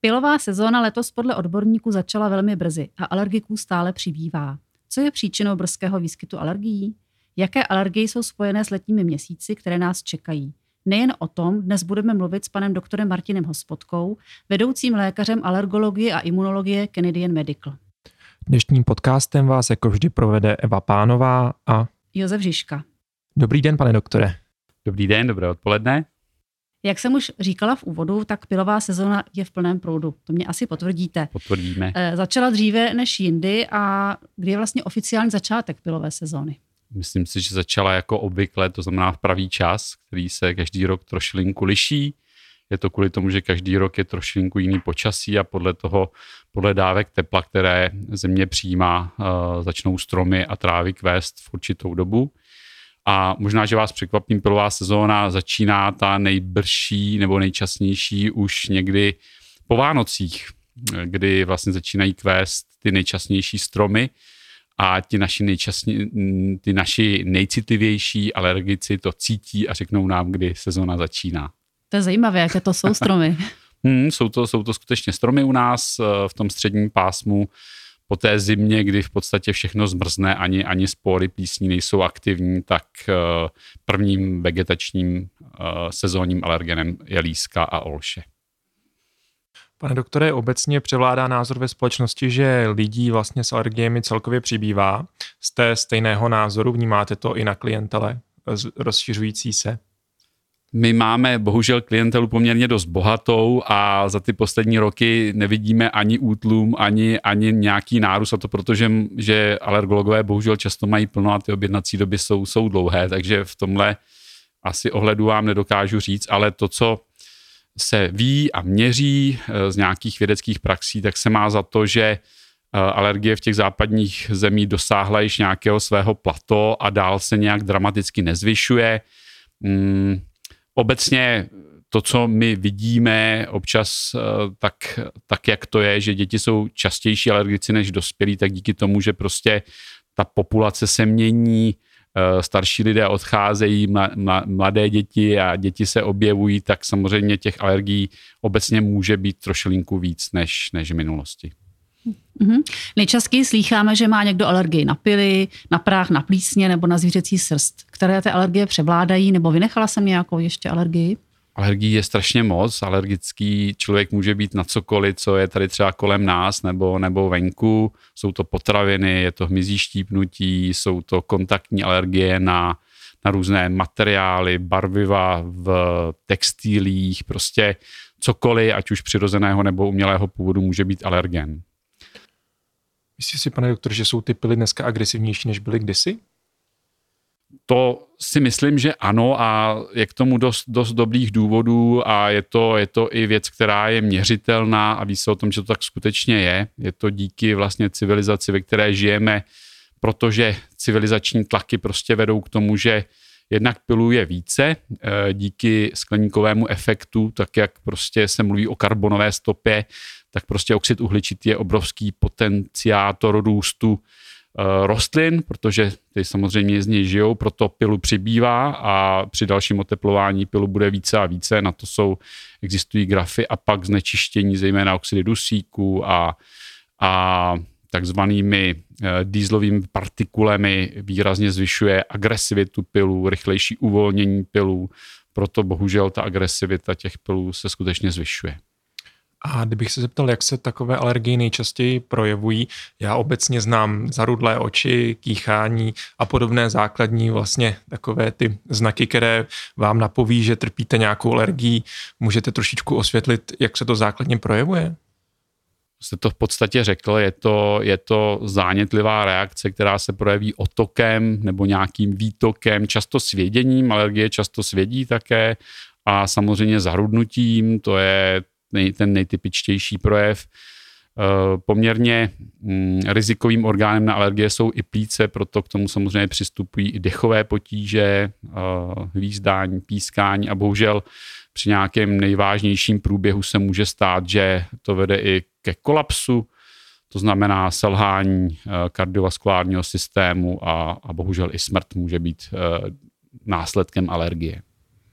Pylová sezóna letos podle odborníků začala velmi brzy a alergiků stále přibývá. Co je příčinou brzkého výskytu alergií? Jaké alergie jsou spojené s letními měsíci, které nás čekají? Nejen o tom dnes budeme mluvit s panem doktorem Martinem Hospodkou, vedoucím lékařem alergologie a imunologie Canadian Medical. Dnešním podcastem vás jako vždy provede Eva Pánová a Josef Žižka. Dobrý den, pane doktore. Dobrý den, dobré odpoledne. Jak jsem už říkala v úvodu, tak pylová sezona je v plném proudu. To mě asi potvrdíte. Potvrdíme. Začala dříve než jindy a kdy je vlastně oficiální začátek pylové sezóny? Myslím si, že začala jako obvykle, to znamená v pravý čas, který se každý rok trošilinku liší. Je to kvůli tomu, že každý rok je trošilinku jiný počasí a podle dávek tepla, které země přijímá, začnou stromy a trávy kvést v určitou dobu. A možná, že vás překvapím, pylová sezóna začíná ta nejbrzší nebo nejčasnější už někdy po Vánocích, kdy vlastně začínají kvést ty nejčasnější stromy a ty naši nejcitlivější alergici to cítí a řeknou nám, kdy sezóna začíná. To je zajímavé, jaké to jsou stromy. Jsou to skutečně stromy u nás v tom středním pásmu. Po té zimě, kdy v podstatě všechno zmrzne, ani spory plísní nejsou aktivní, tak prvním vegetačním sezónním alergenem je líska a olše. Pane doktore, obecně převládá názor ve společnosti, že lidí vlastně s alergiemi celkově přibývá. Jste stejného názoru, vnímáte to i na klientele rozšiřující se? My máme bohužel klientelu poměrně dost bohatou a za ty poslední roky nevidíme ani útlum, ani nějaký nárůst, a to protože že alergologové bohužel často mají plno a ty objednací doby jsou dlouhé, takže v tomhle asi ohledu vám nedokážu říct, ale to, co se ví a měří z nějakých vědeckých praxí, tak se má za to, že alergie v těch západních zemích dosáhla již nějakého svého plato a dál se nějak dramaticky nezvyšuje. Obecně to, co my vidíme občas, tak jak to je, že děti jsou častější alergici než dospělí, tak díky tomu, že prostě ta populace se mění, starší lidé odcházejí, mladé děti a děti se objevují, tak samozřejmě těch alergií obecně může být trošilinku víc než v minulosti. Mm-hmm. Nejčastěji slýcháme, že má někdo alergii na pyly, na prach, na plísně nebo na zvířecí srst. Které ty alergie převládají, nebo vynechala jsem nějakou ještě alergii? Alergií je strašně moc. Alergický člověk může být na cokoliv, co je tady třeba kolem nás nebo venku. Jsou to potraviny, je to hmyzí štípnutí, jsou to kontaktní alergie na různé materiály, barviva v textilích, prostě cokoliv, ať už přirozeného nebo umělého původu, může být alergen. Myslíte si, pane doktor, že jsou ty pyly dneska agresivnější, než byly kdysi? To si myslím, že ano, a je k tomu dost dobrých důvodů a je to i věc, která je měřitelná a ví se o tom, že to tak skutečně je. Je to díky vlastně civilizaci, ve které žijeme, protože civilizační tlaky prostě vedou k tomu, že jednak pylů je více díky skleníkovému efektu, tak jak prostě se mluví o karbonové stopě, tak prostě oxid uhličitý je obrovský potenciátor růstu rostlin, protože ty samozřejmě z něj žijou, proto pylu přibývá a při dalším oteplování pylu bude více a více. Na to existují grafy a pak znečištění zejména oxidy dusíku a takzvanými dýzlovými partikulemi výrazně zvyšuje agresivitu pylů, rychlejší uvolnění pylů, proto bohužel ta agresivita těch pylů se skutečně zvyšuje. A kdybych se zeptal, jak se takové alergie nejčastěji projevují, já obecně znám zarudlé oči, kýchání a podobné základní vlastně takové ty znaky, které vám napoví, že trpíte nějakou alergií. Můžete trošičku osvětlit, jak se to základně projevuje? Jste to v podstatě řekl, je to zánětlivá reakce, která se projeví otokem nebo nějakým výtokem, často svěděním, alergie často svědí také a samozřejmě zarudnutím, to je ten nejtypičtější projev. Poměrně rizikovým orgánem na alergie jsou i plíce, proto k tomu samozřejmě přistupují i dechové potíže, hvízdání, pískání a bohužel při nějakém nejvážnějším průběhu se může stát, že to vede i ke kolapsu, to znamená selhání kardiovaskulárního systému a bohužel i smrt může být následkem alergie.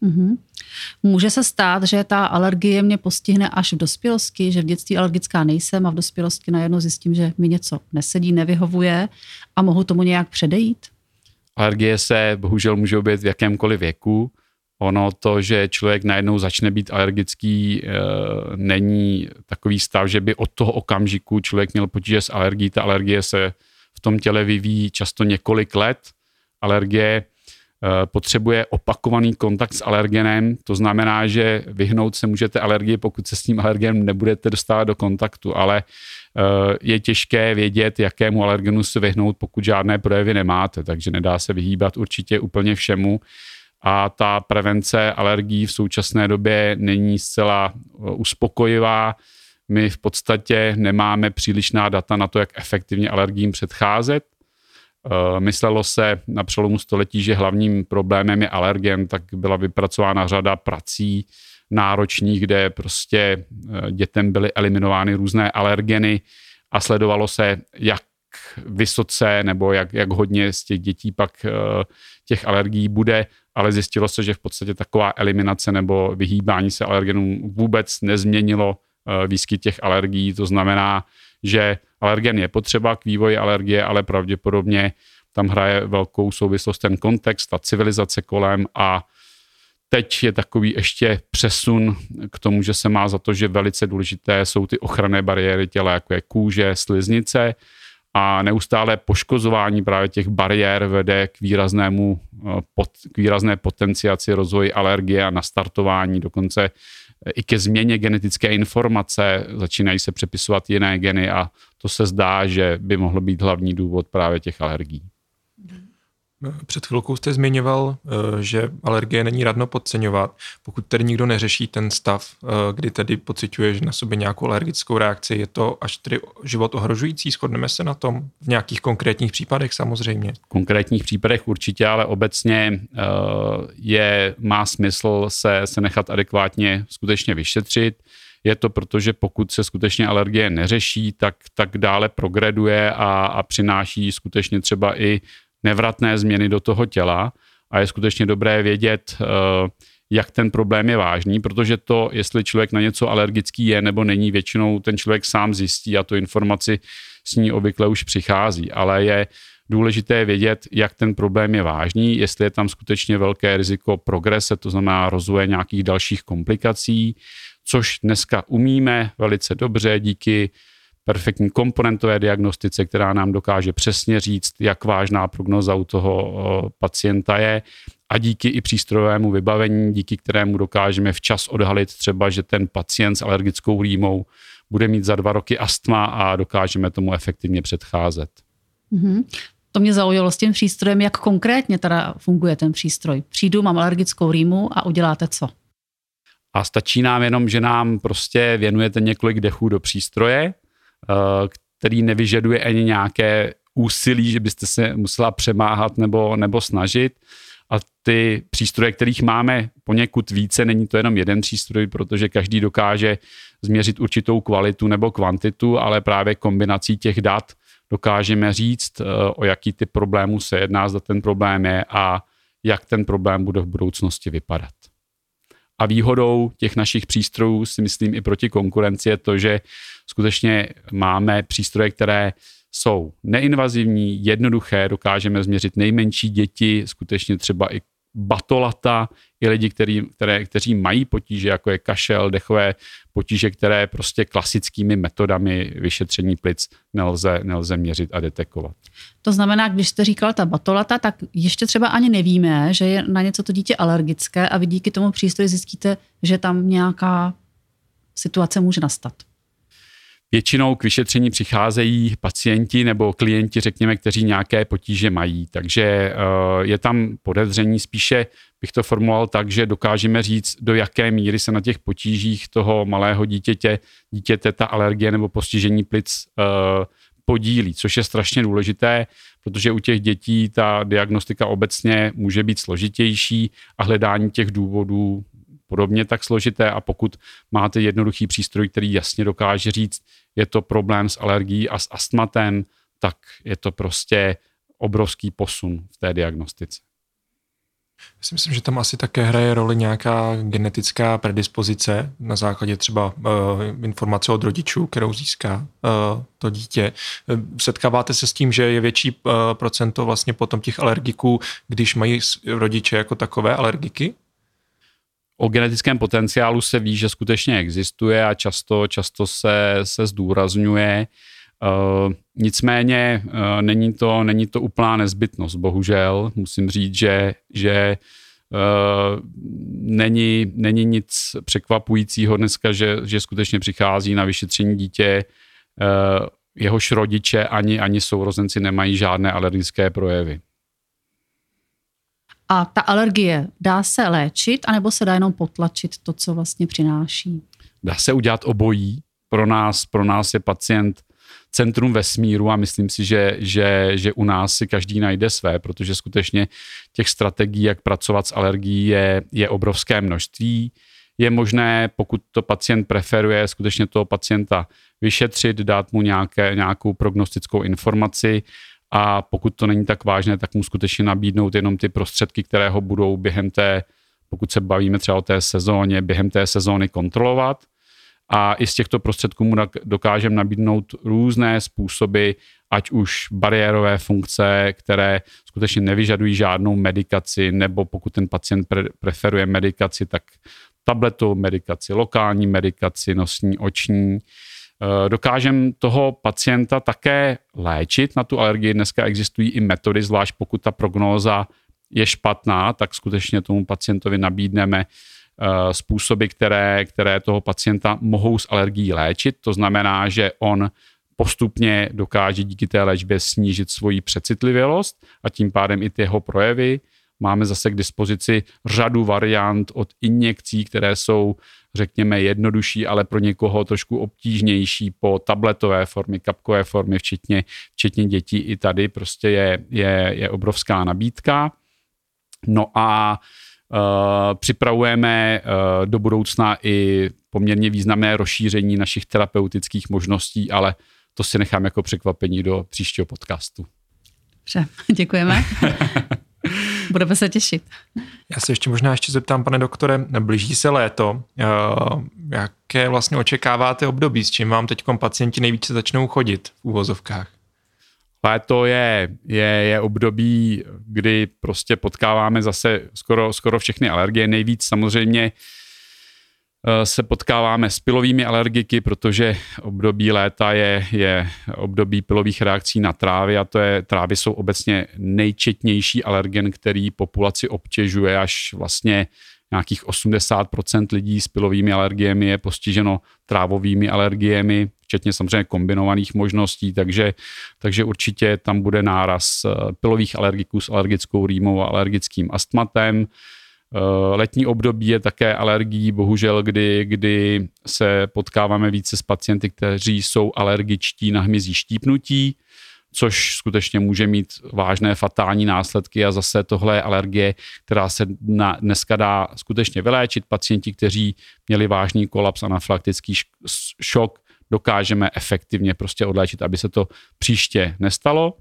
Mm-hmm. Může se stát, že ta alergie mě postihne až v dospělosti, že v dětství alergická nejsem a v dospělosti najednou zjistím, že mi něco nesedí, nevyhovuje a mohu tomu nějak předejít? Alergie se bohužel může objevit v jakémkoliv věku. Ono to, že člověk najednou začne být alergický, není takový stav, že by od toho okamžiku člověk měl potíže s alergií. Ta alergie se v tom těle vyvíjí často několik let. Alergie potřebuje opakovaný kontakt s alergenem, to znamená, že vyhnout se můžete alergii, pokud se s tím alergenem nebudete dostávat do kontaktu, ale je těžké vědět, jakému alergenu se vyhnout, pokud žádné projevy nemáte, takže nedá se vyhýbat určitě úplně všemu. A ta prevence alergií v současné době není zcela uspokojivá. My v podstatě nemáme přílišná data na to, jak efektivně alergiím předcházet. Myslelo se na přelomu století, že hlavním problémem je alergen, tak byla vypracována řada prací náročných, kde prostě dětem byly eliminovány různé alergeny a sledovalo se, jak vysoce nebo jak hodně z těch dětí pak těch alergií bude, ale zjistilo se, že v podstatě taková eliminace nebo vyhýbání se alergenům vůbec nezměnilo výskyt těch alergií. To znamená, že alergen je potřeba k vývoji alergie, ale pravděpodobně tam hraje velkou souvislost ten kontext, ta civilizace kolem a teď je takový ještě přesun k tomu, že se má za to, že velice důležité jsou ty ochranné bariéry těla, jako je kůže, sliznice a neustále poškozování právě těch bariér vede k výrazné potenciaci rozvoji alergie a nastartování, dokonce i ke změně genetické informace, začínají se přepisovat jiné geny a to se zdá, že by mohl být hlavní důvod právě těch alergií. Před chvilkou jste zmiňoval, že alergie není radno podceňovat. Pokud tedy nikdo neřeší ten stav, kdy tedy pociťuje na sobě nějakou alergickou reakci, je to až tedy život ohrožující? Shodneme se na tom? V nějakých konkrétních případech samozřejmě? V konkrétních případech určitě, ale obecně má smysl se nechat adekvátně skutečně vyšetřit. Je to proto, že pokud se skutečně alergie neřeší, tak dále progreduje a přináší skutečně třeba i nevratné změny do toho těla a je skutečně dobré vědět, jak ten problém je vážný, protože to, jestli člověk na něco alergický je nebo není, většinou ten člověk sám zjistí a tu informaci s ní obvykle už přichází, ale je důležité vědět, jak ten problém je vážný, jestli je tam skutečně velké riziko progrese, to znamená rozvoje nějakých dalších komplikací, což dneska umíme velice dobře díky perfektní komponentové diagnostice, která nám dokáže přesně říct, jak vážná prognóza u toho pacienta je a díky i přístrojovému vybavení, díky kterému dokážeme včas odhalit třeba, že ten pacient s alergickou rýmou bude mít za 2 roky astma a dokážeme tomu efektivně předcházet. Mm-hmm. To mě zaujalo s tím přístrojem, jak konkrétně teda funguje ten přístroj. Přijdu, mám alergickou rýmu a uděláte co? A stačí nám jenom, že nám prostě věnujete několik dechů do přístroje, který nevyžaduje ani nějaké úsilí, že byste se musela přemáhat nebo snažit. A ty přístroje, kterých máme poněkud více, není to jenom jeden přístroj, protože každý dokáže změřit určitou kvalitu nebo kvantitu, ale právě kombinací těch dat dokážeme říct, o jaký typ problémů se jedná, zda ten problém je a jak ten problém bude v budoucnosti vypadat. A výhodou těch našich přístrojů, si myslím, i proti konkurenci je to, že skutečně máme přístroje, které jsou neinvazivní, jednoduché, dokážeme změřit nejmenší děti, skutečně třeba i batolata, i lidi, kteří mají potíže, jako je kašel, dechové potíže, které prostě klasickými metodami vyšetření plic nelze měřit a detekovat. To znamená, když jste říkal ta batolata, tak ještě třeba ani nevíme, že je na něco to dítě alergické a vy díky tomu přístroji zjistíte, že tam nějaká situace může nastat. Většinou k vyšetření přicházejí pacienti nebo klienti, řekněme, kteří nějaké potíže mají. Takže je tam podezření, spíše bych to formuloval tak, že dokážeme říct, do jaké míry se na těch potížích toho malého dítěte ta alergie nebo postižení plic podílí, což je strašně důležité, protože u těch dětí ta diagnostika obecně může být složitější a hledání těch důvodů podobně tak složité a pokud máte jednoduchý přístroj, který jasně dokáže říct, je to problém s alergií a s astmatem, tak je to prostě obrovský posun v té diagnostice. Já si myslím, že tam asi také hraje roli nějaká genetická predispozice na základě třeba informace od rodičů, kterou získá to dítě. Setkáváte se s tím, že je větší procento vlastně potom těch alergiků, když mají rodiče jako takové alergiky? O genetickém potenciálu se ví, že skutečně existuje a často se zdůrazňuje. Nicméně není to úplná nezbytnost, bohužel. Musím říct, že není nic překvapujícího dneska, že skutečně přichází na vyšetření dítě, jehož rodiče ani sourozenci nemají žádné alergické projevy. A ta alergie, dá se léčit, anebo se dá jenom potlačit to, co vlastně přináší? Dá se udělat obojí. Pro nás je pacient centrum vesmíru a myslím si, že u nás si každý najde své, protože skutečně těch strategií, jak pracovat s alergií, je obrovské množství. Je možné, pokud to pacient preferuje, skutečně toho pacienta vyšetřit, dát mu nějakou prognostickou informaci a pokud to není tak vážné, tak mu skutečně nabídnout jenom ty prostředky, které ho budou pokud se bavíme třeba o té sezóně, během té sezóny kontrolovat. A i z těchto prostředků mu dokážeme nabídnout různé způsoby, ať už bariérové funkce, které skutečně nevyžadují žádnou medikaci, nebo pokud ten pacient preferuje medikaci, tak tabletovou medikaci, lokální medikaci, nosní, oční. Dokážeme toho pacienta také léčit na tu alergii. Dneska existují i metody, zvlášť pokud ta prognóza je špatná, tak skutečně tomu pacientovi nabídneme způsoby, které toho pacienta mohou s alergií léčit. To znamená, že on postupně dokáže díky té léčbě snížit svoji přecitlivělost a tím pádem i ty jeho projevy. Máme zase k dispozici řadu variant od injekcí, které jsou, řekněme, jednodušší, ale pro někoho trošku obtížnější, po tabletové formy, kapkové formy, včetně dětí. I tady prostě je obrovská nabídka. No a připravujeme do budoucna i poměrně významné rozšíření našich terapeutických možností, ale to si nechám jako překvapení do příštího podcastu. Dobře, děkujeme. Budeme se těšit. Já se ještě zeptám, pane doktore, blíží se léto. Jaké vlastně očekáváte období, s čím vám teď pacienti nejvíce začnou chodit v uvozovkách? Léto je období, kdy prostě potkáváme zase skoro všechny alergie. Nejvíc samozřejmě se potkáváme s pylovými alergiky, protože období léta je období pylových reakcí na trávy a trávy jsou obecně nejčetnější alergen, který populaci obtěžuje, až vlastně nějakých 80% lidí s pylovými alergiemi je postiženo trávovými alergiemi, včetně samozřejmě kombinovaných možností, takže určitě tam bude náraz pylových alergiků s alergickou rýmou a alergickým astmatem. Letní období je také alergií, bohužel, kdy se potkáváme více s pacienty, kteří jsou alergičtí na hmyzí štípnutí, což skutečně může mít vážné fatální následky a zase tohle je alergie, která se dneska dá skutečně vyléčit. Pacienti, kteří měli vážný kolaps, anafylaktický šok, dokážeme efektivně prostě odléčit, aby se to příště nestalo.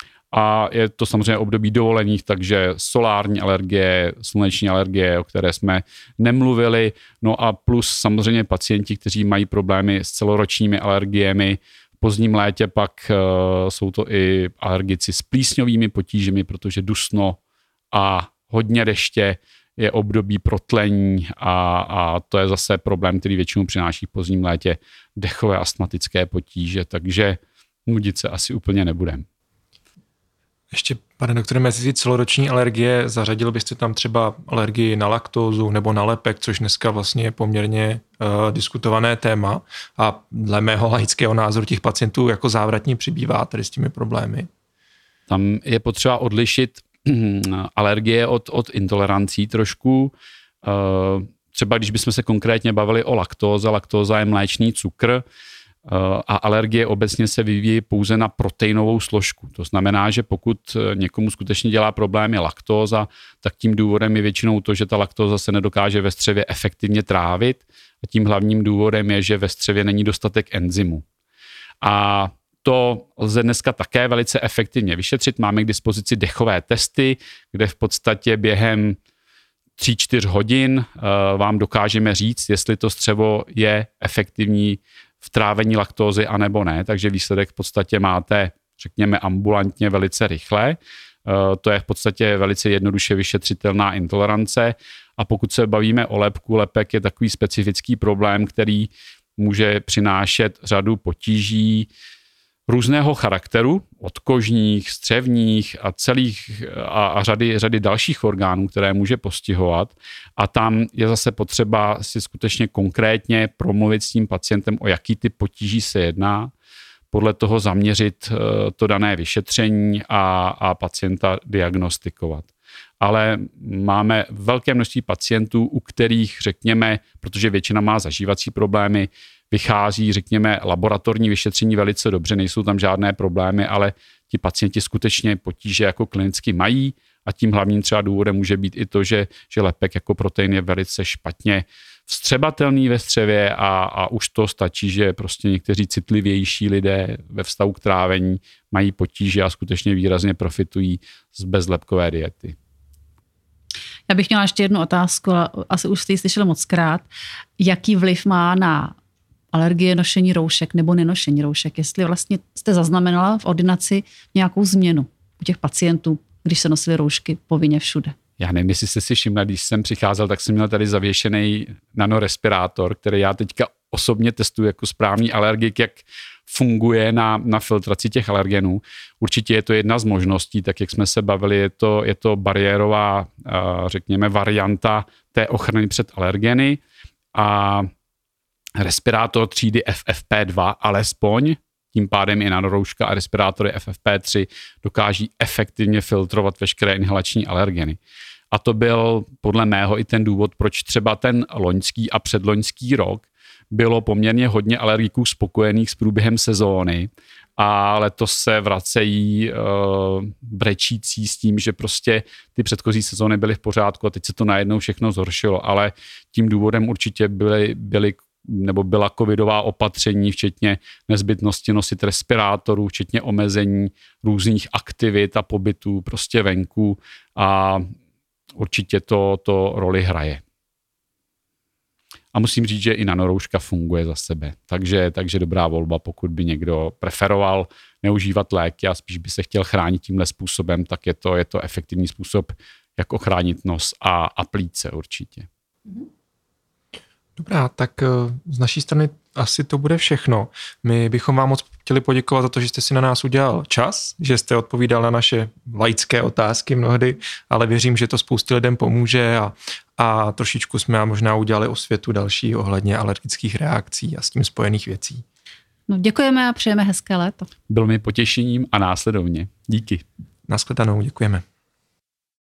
A je to samozřejmě období dovolených, takže solární alergie, sluneční alergie, o které jsme nemluvili, no a plus samozřejmě pacienti, kteří mají problémy s celoročními alergiemi. V pozdním létě pak jsou to i alergici s plísňovými potížemi, protože dusno a hodně deště je období protlení a to je zase problém, který většinou přináší v pozdním létě dechové astmatické potíže, takže nudit se asi úplně nebudeme. Ještě, pane doktore, mezi celoroční alergie zařadil byste tam třeba alergii na laktózu nebo na lepek, což dneska vlastně je poměrně diskutované téma a dle mého laického názoru těch pacientů jako závratně přibývá tady s těmi problémy. Tam je potřeba odlišit alergie od intolerancí trošku. Třeba když bychom se konkrétně bavili o laktóze, laktóza je mléčný cukr, a alergie obecně se vyvíjí pouze na proteinovou složku. To znamená, že pokud někomu skutečně dělá problémy laktóza, tak tím důvodem je většinou to, že ta laktóza se nedokáže ve střevě efektivně trávit a tím hlavním důvodem je, že ve střevě není dostatek enzymu. A to lze dneska také velice efektivně vyšetřit. Máme k dispozici dechové testy, kde v podstatě během 3-4 hodin vám dokážeme říct, jestli to střevo je efektivní v trávení laktózy anebo ne, takže výsledek v podstatě máte, řekněme, ambulantně velice rychle. To je v podstatě velice jednoduše vyšetřitelná intolerance a pokud se bavíme o lepku, lepek je takový specifický problém, který může přinášet řadu potíží různého charakteru, od kožních, střevních a řady dalších orgánů, které může postihovat. A tam je zase potřeba si skutečně konkrétně promluvit s tím pacientem, o jaký typ potíží se jedná, podle toho zaměřit to dané vyšetření a pacienta diagnostikovat. Ale máme velké množství pacientů, u kterých, řekněme, protože většina má zažívací problémy, vychází, řekněme, laboratorní vyšetření velice dobře, nejsou tam žádné problémy, ale ti pacienti skutečně potíže jako klinicky mají a tím hlavním třeba důvodem může být i to, že lepek jako protein je velice špatně vstřebatelný ve střevě a už to stačí, že prostě někteří citlivější lidé ve vztahu k trávení mají potíže a skutečně výrazně profitují z bezlepkové diety. Já bych měla ještě jednu otázku, asi už jste ji slyšeli mockrát. Jaký vliv má na alergie nošení roušek nebo nenošení roušek? Jestli vlastně jste zaznamenala v ordinaci nějakou změnu u těch pacientů, když se nosily roušky povinně všude? Já nevím, jestli jste si všimla, když jsem přicházel, tak jsem měl tady zavěšený nanorespirátor, který já teďka osobně testuji jako správný alergik, jak funguje na filtraci těch alergenů. Určitě je to jedna z možností, tak jak jsme se bavili, je to bariérová, řekněme, varianta té ochrany před alergeny a respirátor třídy FFP2 alespoň, tím pádem i nanorouška a respirátory FFP3 dokáží efektivně filtrovat veškeré inhalační alergeny. A to byl podle mého i ten důvod, proč třeba ten loňský a předloňský rok bylo poměrně hodně alergiků spokojených s průběhem sezóny a letos se vracejí brečící s tím, že prostě ty předchozí sezóny byly v pořádku a teď se to najednou všechno zhoršilo, ale tím důvodem určitě byla covidová opatření, včetně nezbytnosti nosit respirátorů, včetně omezení různých aktivit a pobytů prostě venku a určitě to roli hraje. A musím říct, že i nanorouška funguje za sebe. Takže dobrá volba, pokud by někdo preferoval neužívat léky a spíš by se chtěl chránit tímhle způsobem, tak je to efektivní způsob, jak ochránit nos a plíce určitě. Dobrá, tak z naší strany asi to bude všechno. My bychom vám moc chtěli poděkovat za to, že jste si na nás udělal čas, že jste odpovídal na naše laické otázky mnohdy, ale věřím, že to spoustě lidem pomůže a trošičku jsme možná udělali osvětu další ohledně alergických reakcí a s tím spojených věcí. No, děkujeme a přejeme hezké léto. Bylo mi potěšením a následovně. Díky. Nashledanou, děkujeme.